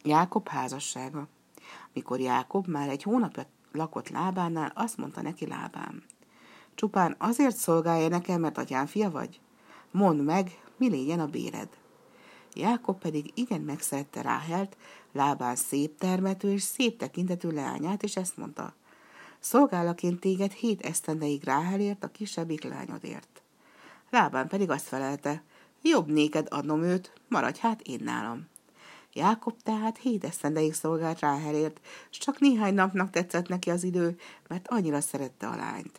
Jákob házassága. Mikor Jákob már egy hónapja lakott Lábánnál, azt mondta neki Lábán: csupán azért szolgálja nekem, mert atyám fia vagy? Mondd meg, mi légyen a béred. Jákob pedig igen megszerette Ráhelt, Lábán szép termető és szép tekintetű leányát, és ezt mondta: szolgállak én téged 7 esztendeig Ráhelért, a kisebbik lányodért. Lábán pedig azt felelte: jobb néked adnom őt, maradj hát én nálam. Jákob tehát 7 esztendeig szolgált Ráhelért, s csak néhány napnak tetszett neki az idő, mert annyira szerette a lányt.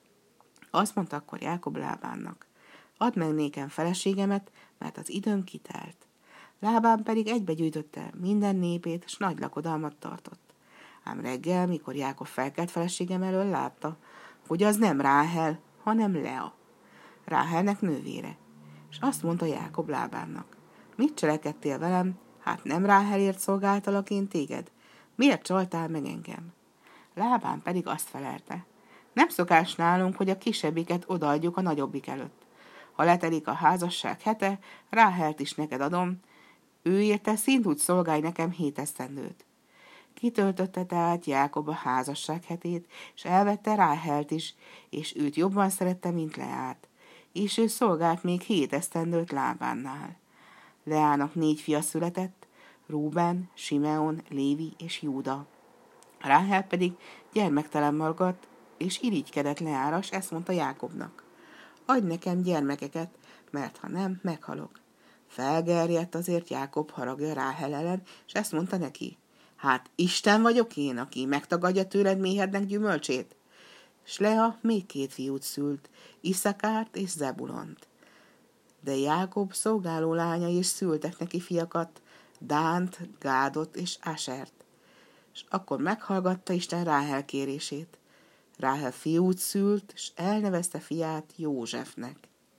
Azt mondta akkor Jákob Lábánnak: add meg nékem feleségemet, mert az időm kitelt. Lábán pedig egybegyűjtötte minden népét, s nagy lakodalmat tartott. Ám reggel, mikor Jákob felkelt feleségem elől, látta, hogy az nem Ráhel, hanem Lea, Ráhelnek nővére. És azt mondta Jákob Lábánnak: mit cselekedtél velem? Hát nem Ráhelért szolgáltalak én téged? Miért csaltál meg engem? Lábán pedig azt felelte: nem szokás nálunk, hogy a kisebbiket odaadjuk a nagyobbik előtt. Ha letelik a házasság hete, Ráhelt is neked adom, ő érte szint úgy szolgálj nekem 7 esztendőt. Kitöltötte tehát Jákob a házasság hetét, és elvette Ráhelt is, és őt jobban szerette, mint Leát. És ő szolgált még 7 esztendőt Lábánnál. Leának 4 fia született, Rúben, Simeon, Lévi és Júda. Ráhel pedig gyermektelen maradt, és irigykedett Leára, s ezt mondta Jákobnak: adj nekem gyermekeket, mert ha nem, meghalok. Felgerjedt azért Jákob haragja Ráhel ellen, és ezt mondta neki: hát Isten vagyok én, aki megtagadja tőled méhednek gyümölcsét? S Lea még 2 fiút szült, Iszakárt és Zebulont. De Jákob szolgáló lányai is szültek neki fiakat, Dánt, Gádot és Ásert. És akkor meghallgatta Isten Ráhel kérését. Ráhel fiút szült, és elnevezte fiát Józsefnek.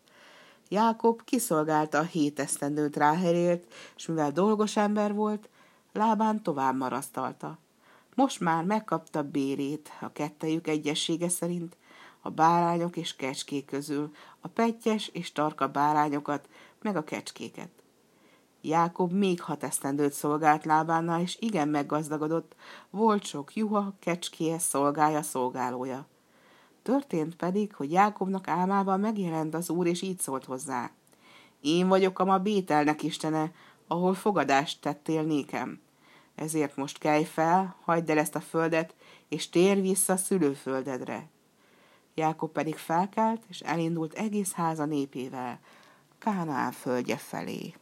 Jákob kiszolgálta a 7 esztendőt Ráhelért, és mivel dolgos ember volt, Lábán tovább marasztalta. Most már megkapta bérét, a kettejük egyessége szerint, a bárányok és kecskék közül, a pettyes és tarka bárányokat, meg a kecskéket. Jákob még 6 esztendőt szolgált Lábánnal, és igen meggazdagodott, volt sok juha, kecskéje, szolgája, szolgálója. Történt pedig, hogy Jákobnak álmában megjelent az Úr, és így szólt hozzá: én vagyok a ma Bételnek istene, ahol fogadást tettél nékem. Ezért most kelj fel, hagyd el ezt a földet, és térj vissza szülőföldedre. Jákob pedig felkelt, és elindult egész háza népével Kánaán földje felé.